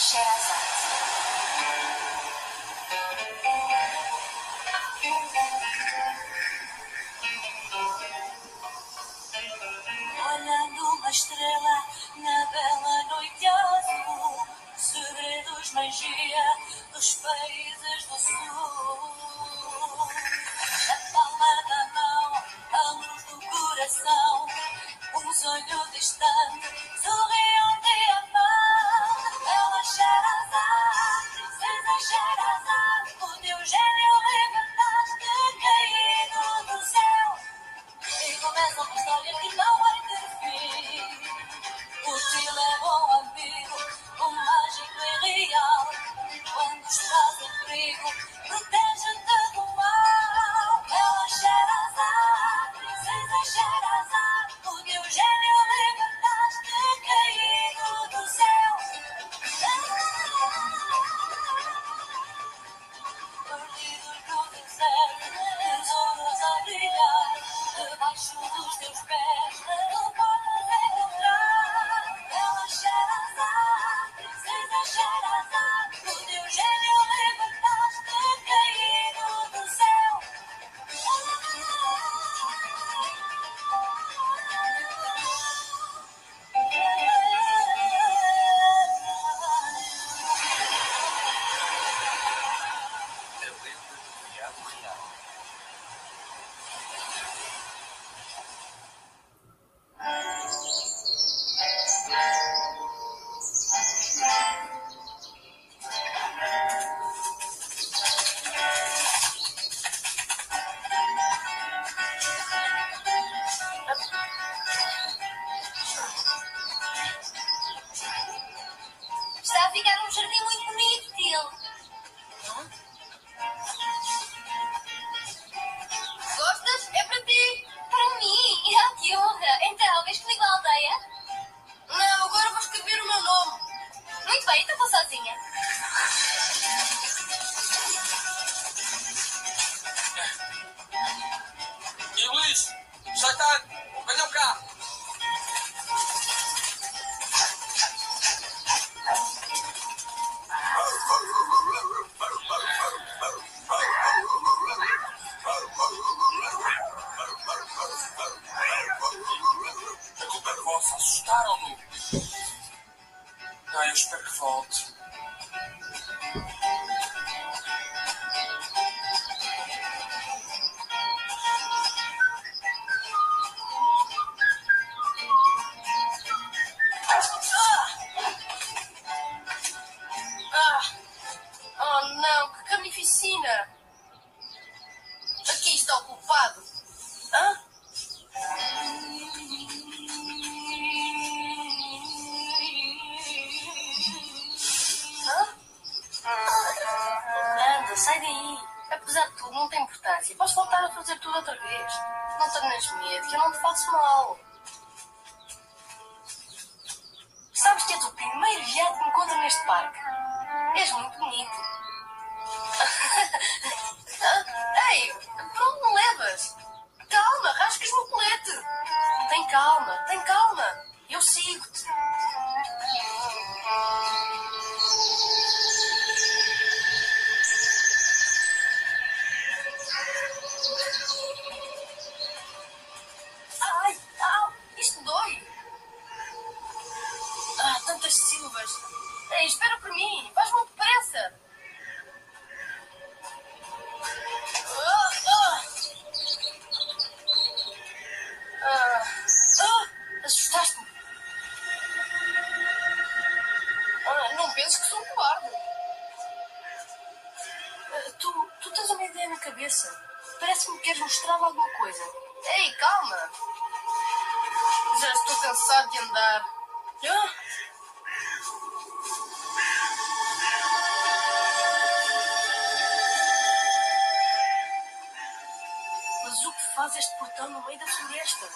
Sherazade. Olhando uma estrela na bela noite azul, segredos, magia dos países do sul. Na palma da mão, a luz do coração, um sonho distante, sorriam de amor. Bela Sherazade, princesa Sherazade, o teu gênio libertaste caído do céu. E começa uma história que não vai ter fim. O teu é bom amigo, o mágico e real. Quando estás em perigo, protege-te do mal. Bela Sherazade, princesa Sherazade, o teu gênio libertaste caído do céu. Perdidos no deserto, tesouros a brilhar, debaixo dos teus pés, tu podes encontrar. Bela Sherazade, princesa Sherazade, o teu gênio libertaste caído do céu. A lenda do veado real. Está a ficar um jardim muito bonito, tio. Gostas? É para ti. Para mim? Ah, que honra. Então, vês comigo à aldeia? Não, agora vou escrever o meu nome. Muito bem, então vou sozinha. E Luís, já está. Venham cá. A culpa é vossa, assustaram-no. Eu espero que volte. Oh não, que carnificina! Aqui está o culpado. Hã? Anda, sai daí. Apesar de tudo, não tem importância. Podes voltar a fazer tudo outra vez. Não tenhas medo, que eu não te faço mal. Sabes que és o primeiro viado que me encontro neste parque. És muito bonito. Ei, para onde me levas? Calma, rascas-me o colete. Tem calma. Eu sigo-te. Ai, isto dói. Tantas silvas. Ei, espera por mim. Vais muito depressa. Assustaste-me. Não penses que sou um cobarde. Tu tens uma ideia na cabeça. Parece-me que queres mostrar alguma coisa. Ei, calma. Já estou cansado de andar. Mas o que faz este portão no meio da floresta?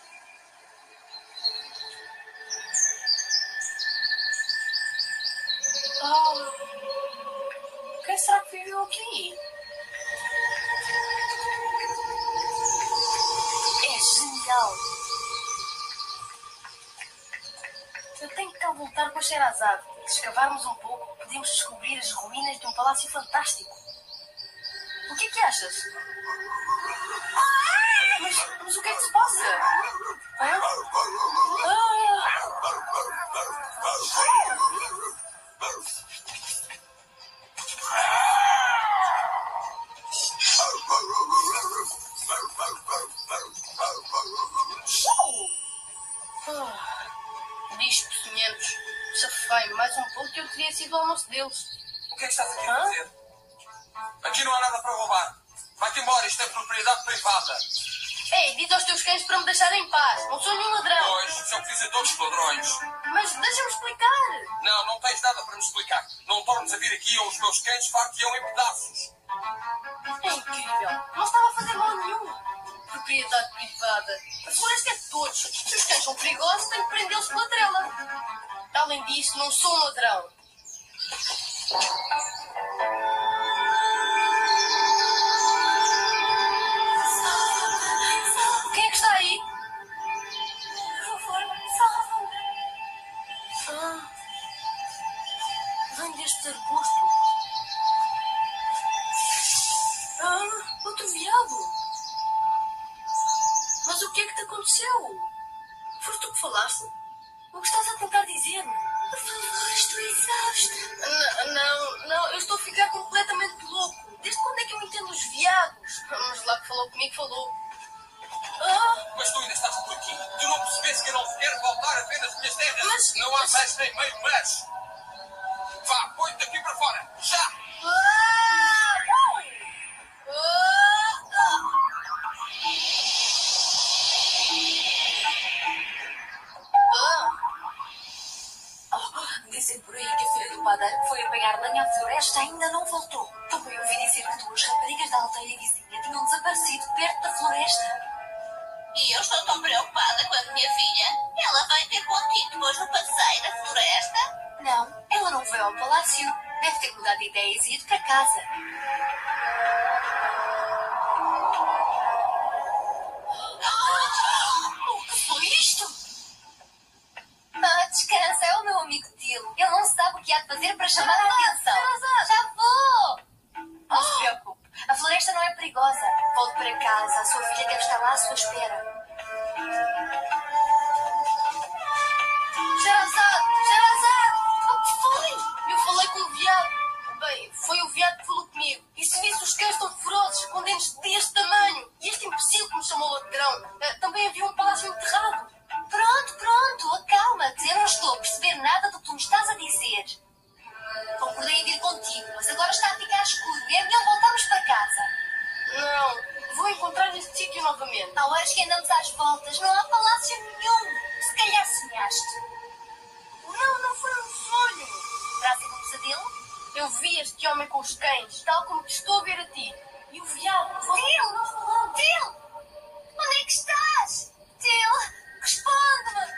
Quem será que viveu aqui? É genial! Eu tenho que cá voltar com a Sherazade. Se escavarmos um pouco, podemos descobrir as ruínas de um palácio fantástico. O que é que achas? Mas o que é que se passa? Hã? Bichos peçonhentos. Safai, mais um pouco e eu teria sido o almoço deles. O que é que estás aqui a fazer? Aqui não há nada para roubar. Vai-te embora, isto é propriedade privada. Ei, diz aos teus cães para me deixarem em paz. Não sou nenhum ladrão. Pois, são que todos ladrões. Mas deixa-me explicar. Não tens nada para me explicar. Não tornes a vir aqui ou os meus cães far-te-ão em pedaços. É incrível. Não estava a fazer mal nenhum. Propriedade privada. A floresta é de todos. Se os cães são perigosos, tenho que prendê-los pela trela. Além disso, não sou um ladrão. Quem é que está aí? Por favor, salva-me. Vem deste arbusto. Outro veado. Mas o que é que te aconteceu? Foste tu que falaste? O que estás a tentar dizer? Por favor, estou exausta. Não, eu estou a ficar completamente louco. Desde quando é que eu entendo os viados? Mas lá que falou comigo, falou. Mas tu ainda estás por aqui. Tu não percebeste que eu não quero voltar a ver nas minhas terras. Mas... Não há mais nem meio mas. Vá, põe-te daqui para fora. Já! Dizem por aí que a filha do padeiro que foi apanhar lenha à floresta ainda não voltou. Também ouvi dizer que duas raparigas da aldeia vizinha tinham desaparecido perto da floresta. E eu estou tão preocupada com a minha filha. Ela vai ter contigo depois no passeio da floresta? Não, ela não foi ao palácio. Deve ter mudado de ideias e ido para casa. O que foi isto? Descansa, é o meu amigo Tilo. Ele não sabe o que há de fazer para chamar a atenção. Já vou! Não se preocupe, a floresta não é perigosa. Volte para casa, a sua filha deve estar lá à sua espera. Sherazade! O que foi? Eu falei com o veado. Bem, foi o veado que falou comigo. E se visse os cães tão ferozes, com dentes deste tamanho, e este imbecil que me chamou ladrão, também havia um palácio enterrado. Pronto, acalma-te. Eu não estou a perceber nada do que tu me estás a dizer. Concordei em vir contigo, mas agora está a ficar escuro. É melhor voltarmos para casa. Não, vou encontrar este sítio novamente. Há horas que andamos às voltas, não há palácio nenhum. Se calhar sonhaste. Não foi um sonho. Terá sido um pesadelo? Eu vi este homem com os cães, tal como te estou a ver a ti. E o veado... Tilo, não falamos. Tilo! Onde é que estás? Tilo, responde-me.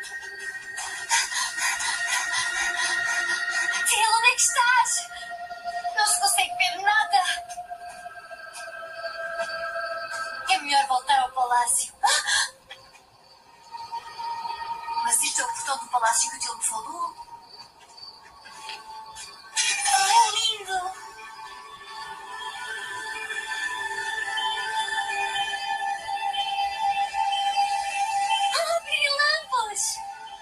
Tilo, onde é que estás? Não se consegue ver nada. É melhor voltar ao palácio. Mas isto é o portão do palácio que o Tilo me falou? É lindo! Pirilampos!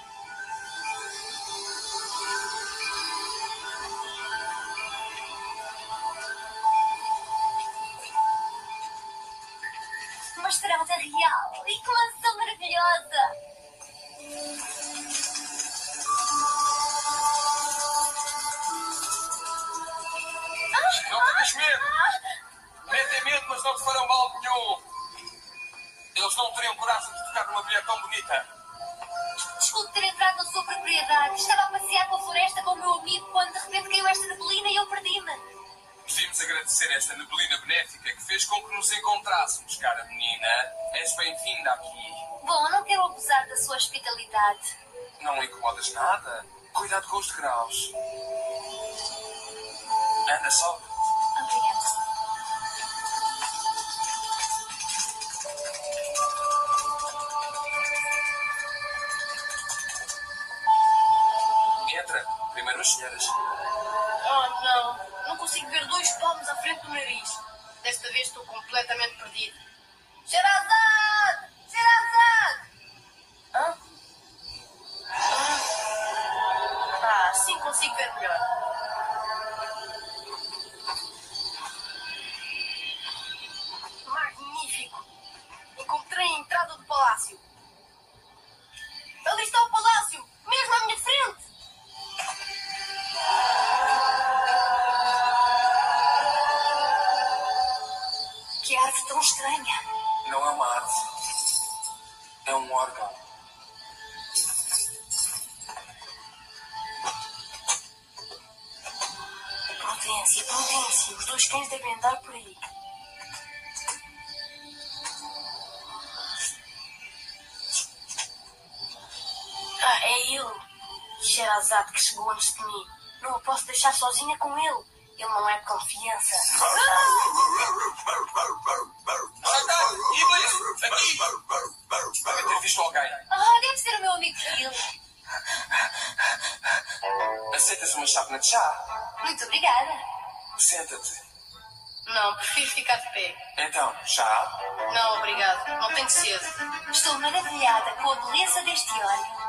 Uma estrada real e que mansão maravilhosa! Não tenhas medo. Metem medo, mas não te farão mal nenhum. Eles não teriam coragem de tocar numa mulher tão bonita. Desculpe ter entrado na sua propriedade. Estava a passear pela floresta com o meu amigo quando de repente caiu esta neblina e eu perdi-me. Devíamos agradecer esta neblina benéfica que fez com que nos encontrássemos, cara menina. És bem-vinda aqui. Bom, não quero abusar da sua hospitalidade. Não incomodas nada. Cuidado com os degraus. Anda só. Obrigada. Petra, primeiro as senhoras. Oh, não. Não consigo ver 2 palmos à frente do nariz. Desta vez estou completamente perdido. Sherazade! Sherazade! Hã? Sim, consigo ver melhor. Magnífico! Encontrei a entrada do palácio. Ali está o palácio! Mesmo à minha frente! Que árvore tão estranha! Não é uma árvore. É um órgão. Prudência, prudência. Os 2 cães devem andar por aí. É ele. Sherazade que chegou antes de mim. Não o posso deixar sozinha com ele. Ele não é de confiança. Já está! Iblis! Aqui! Deve ter visto alguém. Deve ser o meu amigo Phil. Aceitas uma chávena de chá? Muito obrigada. Senta-te. Não, prefiro ficar de pé. Então, chá? Não, obrigado. Não tenho sede. Estou maravilhada com a beleza deste órgão.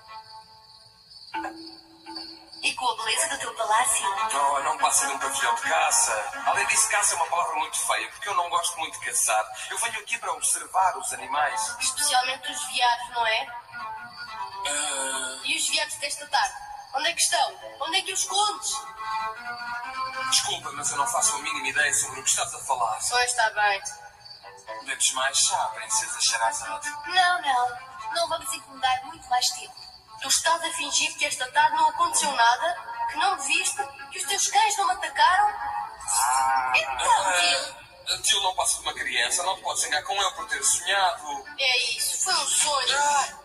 E com a beleza do teu palácio. Oh, não passa de um pavilhão de caça. Além disso, caça é uma palavra muito feia, porque eu não gosto muito de caçar. Eu venho aqui para observar os animais. Especialmente os veados, não é? E os veados desta tarde? Onde é que estão? Onde é que os escondes? Desculpa, mas eu não faço a mínima ideia sobre o que estás a falar. Pois está bem. Bebes mais chá, princesa Sherazade? Não. Não vamos incomodar muito mais tempo. Tu estás a fingir que esta tarde não aconteceu nada? Que não me viste? Que os teus cães não me atacaram? Então, Phil. Tio não passa de uma criança, não te podes zangar com ele por ter sonhado. É isso, foi um sonho.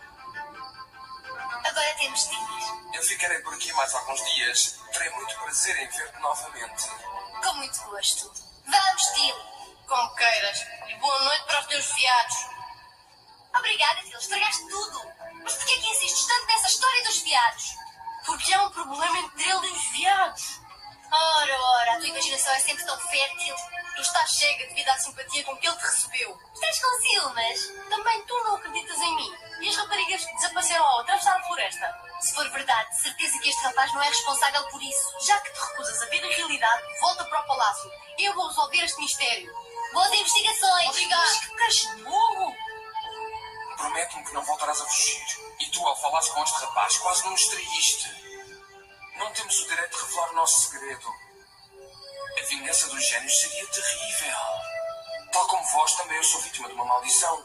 Agora temos de ir. Eu ficarei por aqui mais alguns dias. Terei muito prazer em ver-te novamente. Com muito gosto. Vamos, Phil. Como queiras. E boa noite para os teus veados. Obrigada, Phil. Estragaste tudo. Mas porquê que insistes tanto nessa história dos veados? Porque há um problema entre ele e os veados. Ora, a tua imaginação é sempre tão fértil. Tu estás cega devido à simpatia com que ele te recebeu. Estás com ciúmes? Também tu não acreditas em mim. E as raparigas que desapareceram ao atravessar a floresta? Se for verdade, de certeza que este rapaz não é responsável por isso. Já que te recusas a ver a realidade, volta para o palácio. Eu vou resolver este mistério. Boas investigações. Obrigado. Mas que cachorro! Promete-me que não voltarás a fugir. E tu, ao falares com este rapaz, quase não nos traíste. Não temos o direito de revelar o nosso segredo. A vingança dos gênios seria terrível. Tal como vós, também eu sou vítima de uma maldição.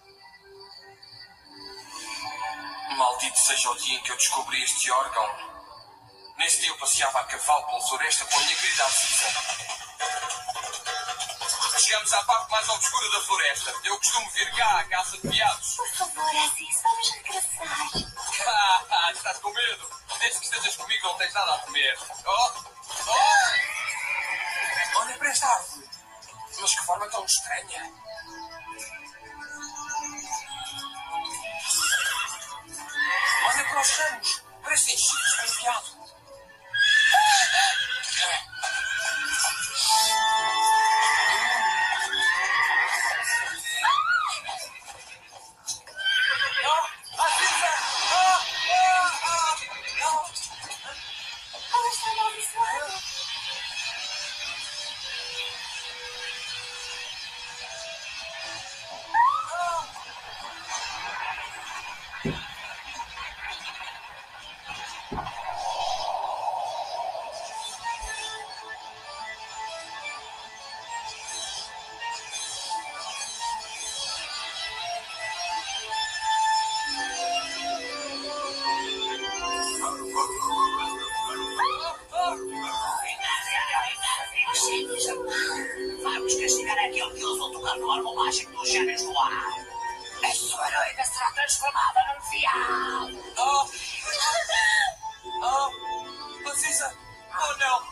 Maldito seja o dia em que eu descobri este órgão. Nesse dia eu passeava a cavalo pela floresta com a minha querida Aziza. Chegamos à parte mais obscura da floresta. Eu costumo vir cá à caça de veados. Por favor, Aziz, vamos regressar. Estás com medo? Desde que estejas comigo não tens nada a comer. Olha para esta árvore. Mas que forma tão estranha. Olha para os ramos. Parecem chifres de um veado. Ela está amaldiçoada. Vamos castigar aquele que ousou tocar no órgão mágico dos gênios do ar. A sua noiva será transformada num veado. Aziza! Oh, não!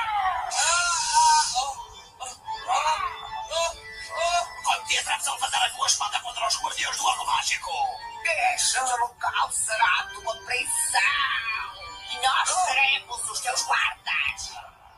Quando te atravessam a fazer a mágico. Este local será a tua prisão. E nós seremos os teus guardas.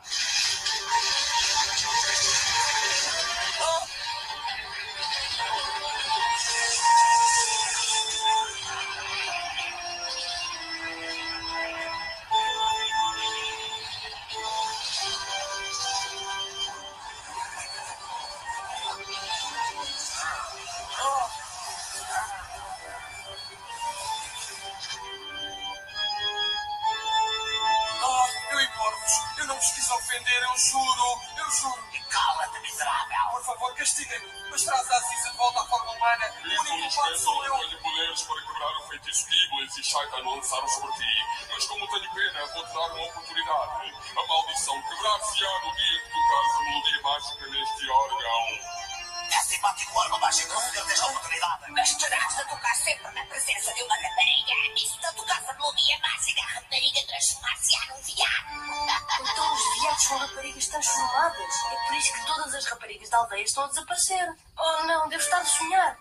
Eu imploro-vos. Eu não vos quis ofender, eu juro. E cala-te, miserável. Por favor, castiguem-me. Mas traz a Aziza de volta à forma humana. O único culpado sou eu. Tenho poderes para quebrar o feitiço que Iblis e Shaitan lançaram sobre ti. Mas como tenho pena, vou-te dar uma oportunidade. A maldição quebrar-se-á no dia que tocares a melodia mágica neste órgão. É simpático o órgão mágico conceder-te esta oportunidade. Mas terás de tocar sempre na presença de uma rapariga. E se não tocares a melodia mágica, a rapariga transformar-se-á num viado. Então os viados são raparigas transformadas. É por isso que todas as raparigas da aldeia estão a desaparecer. Oh não, devo estar a sonhar.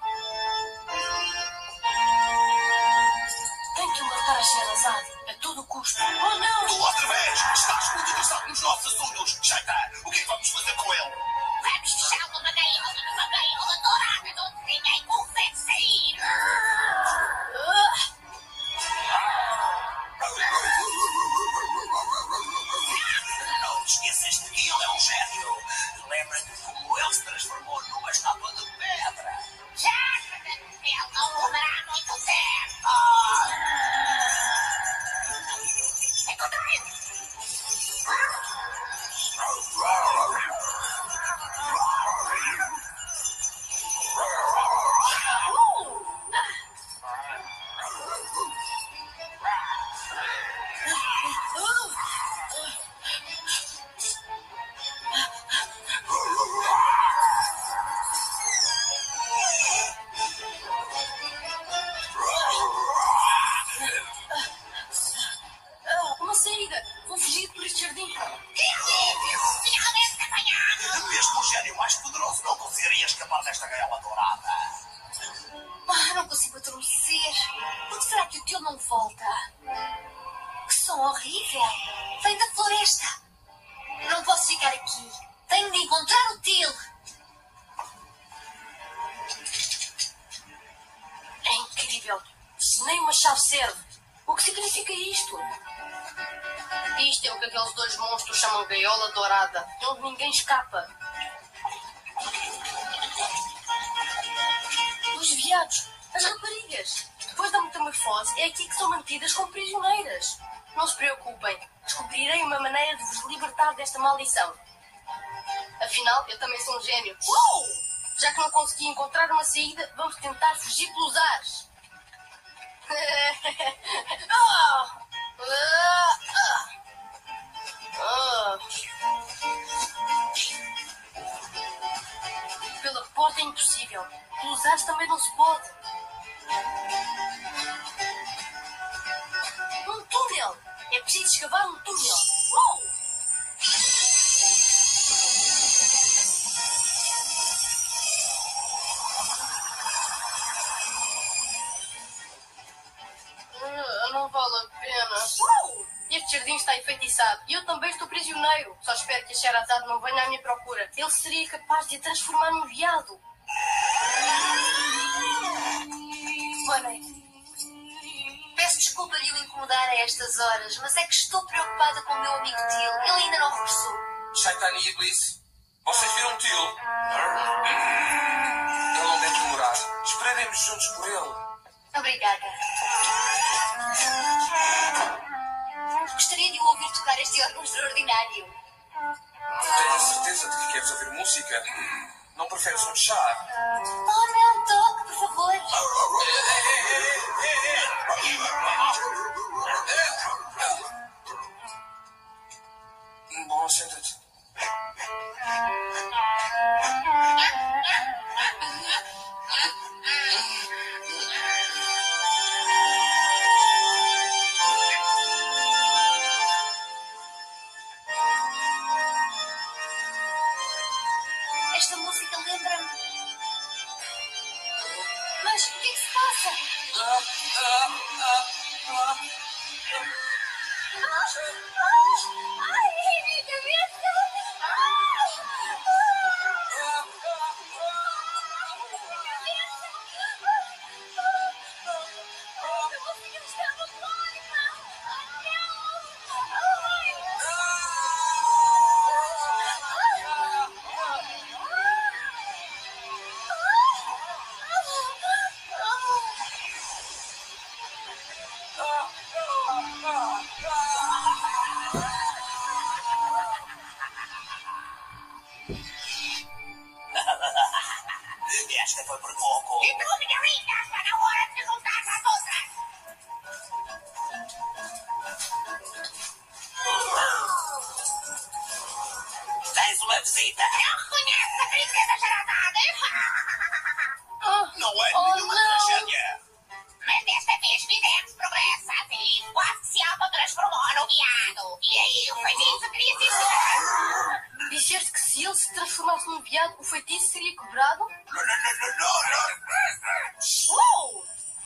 Tenho que matar a Sherazade a todo custo. Oh não! Tu outra vez! Estás muito interessado nos nossos assuntos. Shaitan, o que é que vamos fazer com ele? Vamos fechá-lo numa gaiola dourada onde ninguém consegue sair. Não te esqueças de que ele é um gênio. Lembra-te de como ele se transformou numa estátua de pedra. Já, ele não levará muito tempo. Encontrei-o. Uma saída! Vou fugir por este jardim. Que alívio! Finalmente apanhado! Mesmo o gênio mais poderoso não conseguiria escapar desta gaiola dourada. Não consigo adormecer. Por que será que o tio não volta? Que som horrível! Vem da floresta! Não posso ficar aqui. Tenho de encontrar o tio. É incrível. Se nem uma chave serve. O que significa isto? Isto é o que aqueles dois monstros chamam gaiola dourada, onde ninguém escapa. Os viados, as raparigas, depois da metamorfose, é aqui que são mantidas como prisioneiras. Não se preocupem, descobrirei uma maneira de vos libertar desta maldição. Afinal, eu também sou um gênio. Já que não consegui encontrar uma saída, vamos tentar fugir pelos ares. Pela porta é impossível. Pelos ares também não se pode. Um túnel! É preciso escavar um túnel. Não vale a pena. Este jardim está enfeitiçado e eu também estou prisioneiro. Só espero que a Sherazade não venha à minha procura. Ele seria capaz de a transformar num viado. Boa noite. Peço desculpa de o incomodar a estas horas, mas é que estou preocupada com o meu amigo Till. Ele ainda não regressou. Shaitan e Iblis, vocês viram Till? Ele não deve demorar. Esperaremos juntos por ele. Obrigada. Gostaria de o ouvir tocar este órgão extraordinário. Tenho a certeza de que queres ouvir música. Não preferes um chá? Oh, não, toque, por favor. Bom, senta-te. Esta música lembra-me. Mas o que é que se passa? Ai, minha cabeça! Esta foi por pouco. E tu, minha linda, está na hora de juntar às outras. Tens uma visita. Não reconhece a princesa Charazade? Não é Oh, nenhuma não. tragédia. Mas desta vez fizemos progresso, assim. Quase se autotransformou no viado. E aí, o feitiço queria se ensinar. Disseste que se ele se transformasse num viado, o feitiço seria quebrado? Não.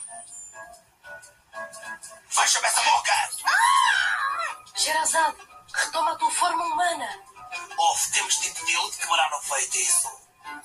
Fecha-me essa boca. Sherazade, retoma a tua forma humana. Temos de impedi-lo de quebrar o feitiço.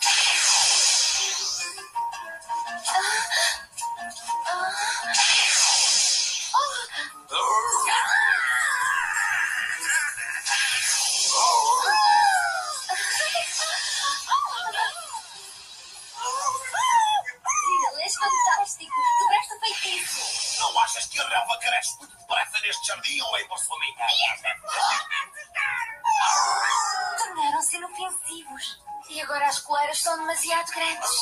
Ele és fantástico. Quebraste o feitiço. Não achas que a relva cresce muito depressa neste jardim ou é impossível? E esta flor me assustaram. Tornaram-se inofensivos. E agora as coleiras são demasiado grandes.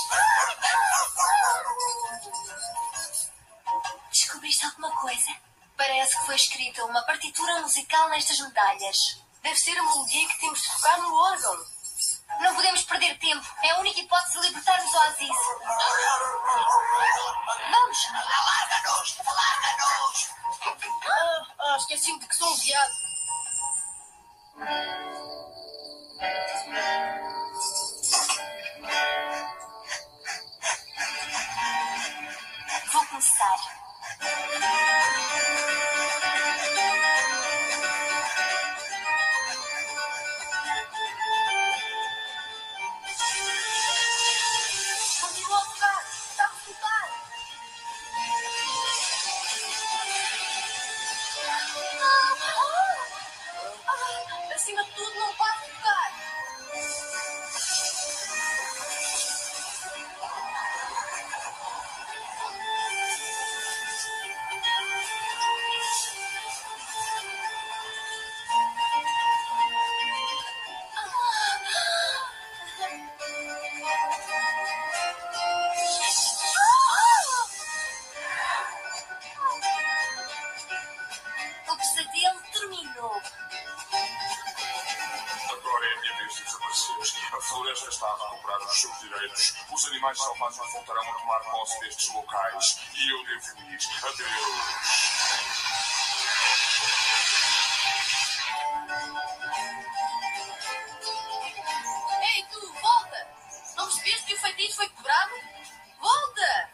Descobriste alguma coisa? Parece que foi escrita uma partitura musical nestas medalhas. Deve ser a melodia que temos de tocar no órgão. Não podemos perder tempo. É a única hipótese de libertarmos o Aziz. Vamos! Alarga-nos! Alarga-nos! Esqueci-me de que sou um viado. Vou começar. Continua a tocar. Está a resultar. Acima de tudo, não pode tocar. O pesadelo terminou. Agora é a minha vez de desaparecer. A floresta está a recuperar os seus direitos. Os animais selvagens voltarão a tomar posse destes locais. E eu devo ir. Adeus. Ei, tu, volta! Não percebeste que o feitiço foi quebrado? Volta!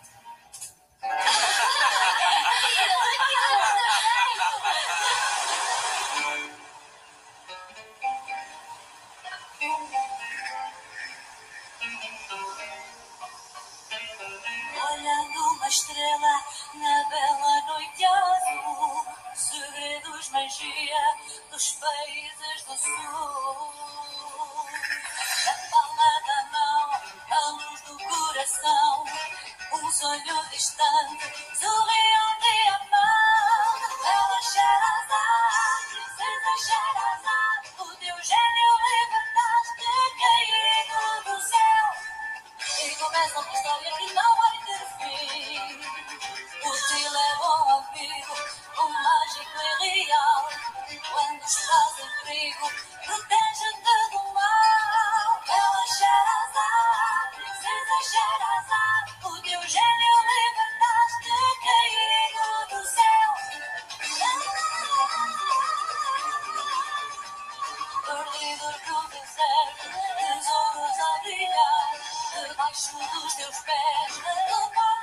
Olhando uma estrela na bela noite azul, segredos, magia dos países do sul. Na palma da mão, a luz do coração, um sonho distante, sorriam de amor. Bela Sherazade, princesa Sherazade, o teu gênio libertaste caído do céu. E começa uma história que não vai ter fim. O te leva ao amigo, o mágico e real. Quando estás em perigo, protege-te do mal. Bela Sherazade, princesa Sherazade, o teu gênio libertaste caído do céu. Perdido no deserto, tesouros a brilhar debaixo dos teus pés.